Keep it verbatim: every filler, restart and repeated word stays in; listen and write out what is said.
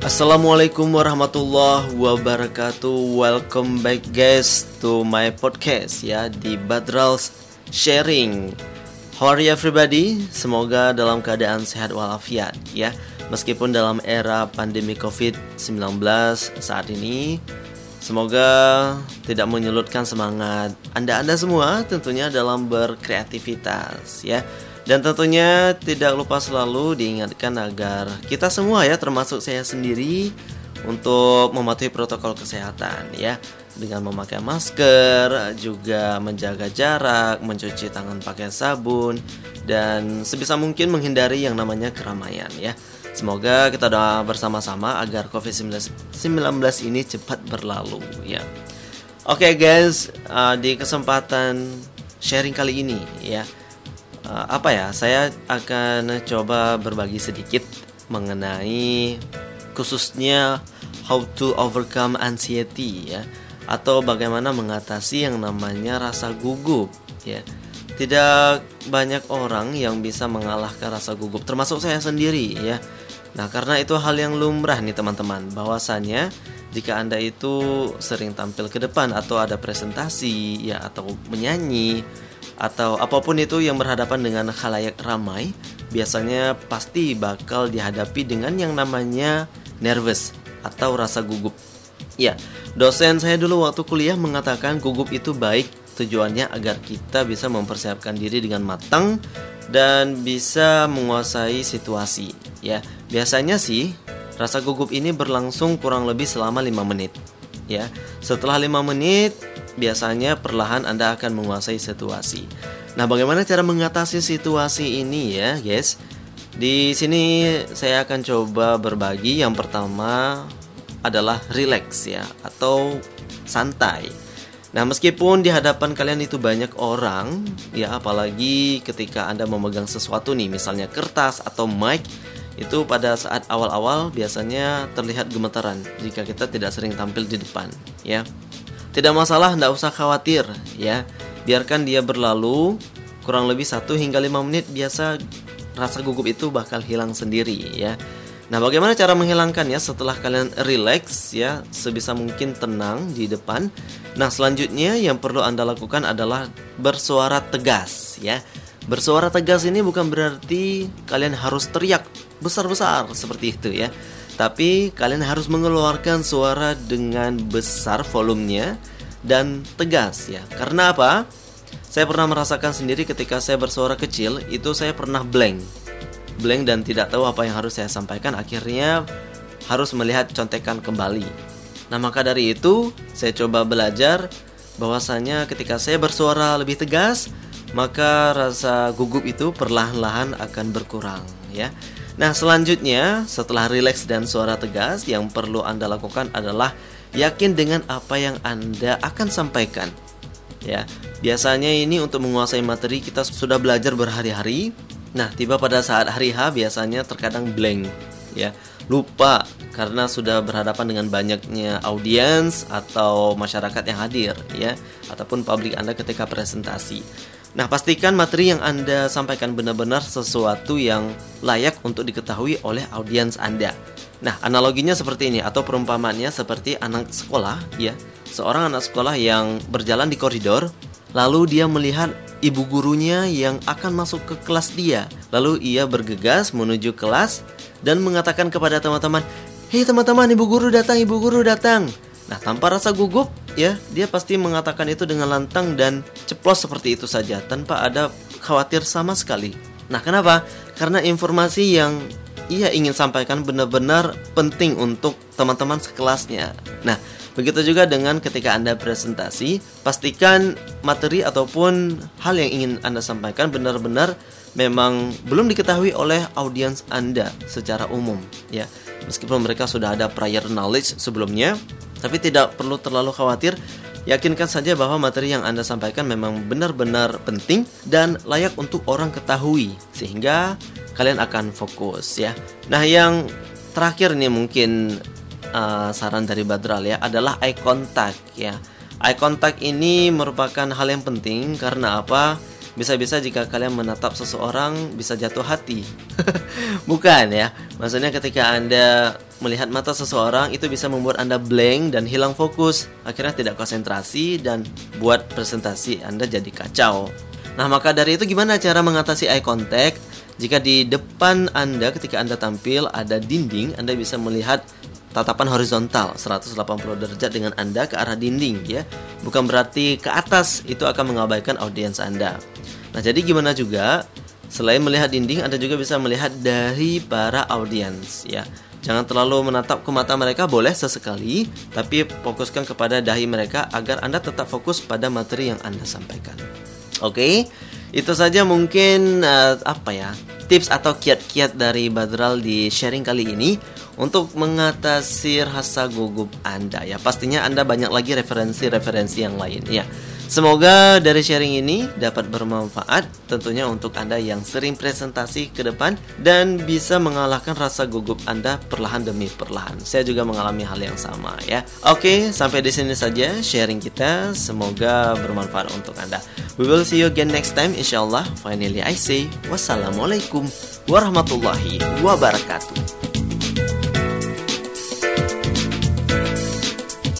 Assalamualaikum warahmatullahi wabarakatuh. Welcome back guys to my podcast ya di Badral's Sharing. How are you everybody? Semoga dalam keadaan sehat walafiat ya. Meskipun dalam era pandemi covid sembilan belas saat ini, semoga tidak menyurutkan semangat Anda-anda semua tentunya dalam berkreativitas ya. Dan tentunya tidak lupa selalu diingatkan agar kita semua ya, termasuk saya sendiri, untuk mematuhi protokol kesehatan ya, dengan memakai masker, juga menjaga jarak, mencuci tangan pakai sabun, dan sebisa mungkin menghindari yang namanya keramaian ya. Semoga kita doa bersama-sama agar covid sembilan belas ini cepat berlalu ya. Oke okay guys, uh, di kesempatan sharing kali ini ya, Uh, apa ya, saya akan coba berbagi sedikit mengenai khususnya how to overcome anxiety ya, atau bagaimana mengatasi yang namanya rasa gugup ya. Tidak banyak orang yang bisa mengalahkan rasa gugup, termasuk saya sendiri ya. Nah, karena itu hal yang lumrah nih teman-teman, bahwasannya jika Anda itu sering tampil ke depan atau ada presentasi ya, atau menyanyi atau apapun itu yang berhadapan dengan khalayak ramai, biasanya pasti bakal dihadapi dengan yang namanya nervous atau rasa gugup. Ya, dosen saya dulu waktu kuliah mengatakan gugup itu baik, tujuannya agar kita bisa mempersiapkan diri dengan matang dan bisa menguasai situasi. Ya, biasanya sih rasa gugup ini berlangsung kurang lebih selama lima menit. Ya, setelah lima menit biasanya perlahan Anda akan menguasai situasi. Nah, bagaimana cara mengatasi situasi ini ya, guys? Di sini saya akan coba berbagi. Yang pertama adalah relax ya, atau santai. Nah, meskipun di hadapan kalian itu banyak orang ya, apalagi ketika Anda memegang sesuatu nih, misalnya kertas atau mic, itu pada saat awal-awal biasanya terlihat gemetaran jika kita tidak sering tampil di depan ya. Tidak masalah, tidak usah khawatir ya. Biarkan dia berlalu kurang lebih satu hingga lima menit, biasa rasa gugup itu bakal hilang sendiri ya. Nah, bagaimana cara menghilangkannya? Setelah kalian relax ya, sebisa mungkin tenang di depan. Nah, selanjutnya yang perlu Anda lakukan adalah bersuara tegas ya. Bersuara tegas ini bukan berarti kalian harus teriak besar-besar seperti itu ya, tapi kalian harus mengeluarkan suara dengan besar volumenya dan tegas ya. Karena apa? Saya pernah merasakan sendiri ketika saya bersuara kecil, itu saya pernah blank Blank dan tidak tahu apa yang harus saya sampaikan. Akhirnya harus melihat contekan kembali. Nah, maka dari itu saya coba belajar bahwasanya ketika saya bersuara lebih tegas, maka rasa gugup itu perlahan-lahan akan berkurang ya. Nah, selanjutnya setelah rileks dan suara tegas, yang perlu Anda lakukan adalah yakin dengan apa yang Anda akan sampaikan ya. Biasanya ini untuk menguasai materi kita sudah belajar berhari-hari. Nah, tiba pada saat hari H biasanya terkadang blank ya, lupa karena sudah berhadapan dengan banyaknya audiens atau masyarakat yang hadir ya, ataupun publik Anda ketika presentasi. Nah, pastikan materi yang Anda sampaikan benar-benar sesuatu yang layak untuk diketahui oleh audiens Anda. Nah, analoginya seperti ini, atau perumpamannya seperti anak sekolah ya. Seorang anak sekolah yang berjalan di koridor, lalu dia melihat ibu gurunya yang akan masuk ke kelas dia. Lalu ia bergegas menuju kelas dan mengatakan kepada teman-teman, "Hei teman-teman, ibu guru datang, ibu guru datang." Nah, tanpa rasa gugup ya, dia pasti mengatakan itu dengan lantang dan ceplos seperti itu saja, tanpa ada khawatir sama sekali. Nah, kenapa? Karena informasi yang ia ingin sampaikan benar-benar penting untuk teman-teman sekelasnya. Nah, begitu juga dengan ketika Anda presentasi, pastikan materi ataupun hal yang ingin Anda sampaikan benar-benar memang belum diketahui oleh audiens Anda secara umum ya. Meskipun mereka sudah ada prior knowledge sebelumnya, tapi tidak perlu terlalu khawatir. Yakinkan saja bahwa materi yang Anda sampaikan memang benar-benar penting dan layak untuk orang ketahui, sehingga kalian akan fokus ya. Nah, yang terakhir nih mungkin uh, saran dari Badral ya, adalah eye contact ya. Eye contact ini merupakan hal yang penting karena apa? bisa-bisa jika kalian menatap seseorang bisa jatuh hati. Bukan ya. Maksudnya ketika Anda melihat mata seseorang itu bisa membuat Anda blank dan hilang fokus. Akhirnya tidak konsentrasi dan buat presentasi Anda jadi kacau. Nah, maka dari itu gimana cara mengatasi eye contact? Jika di depan Anda ketika Anda tampil ada dinding, Anda bisa melihat tatapan horizontal seratus delapan puluh derajat dengan Anda ke arah dinding ya. Bukan berarti ke atas, itu akan mengabaikan audiens Anda. Nah, jadi gimana juga selain melihat dinding, Anda juga bisa melihat dahi para audiens ya. Jangan terlalu menatap ke mata mereka, boleh sesekali, tapi fokuskan kepada dahi mereka agar Anda tetap fokus pada materi yang Anda sampaikan. Oke, itu saja mungkin uh, apa ya tips atau kiat-kiat dari Badral di sharing kali ini untuk mengatasi rasa gugup Anda ya. Pastinya Anda banyak lagi referensi-referensi yang lain ya. Semoga dari sharing ini dapat bermanfaat tentunya untuk Anda yang sering presentasi ke depan dan bisa mengalahkan rasa gugup Anda perlahan demi perlahan. Saya juga mengalami hal yang sama ya. Oke, sampai di sini saja sharing kita. Semoga bermanfaat untuk Anda. We will see you again next time insyaallah. Finally I say wassalamualaikum warahmatullahi wabarakatuh.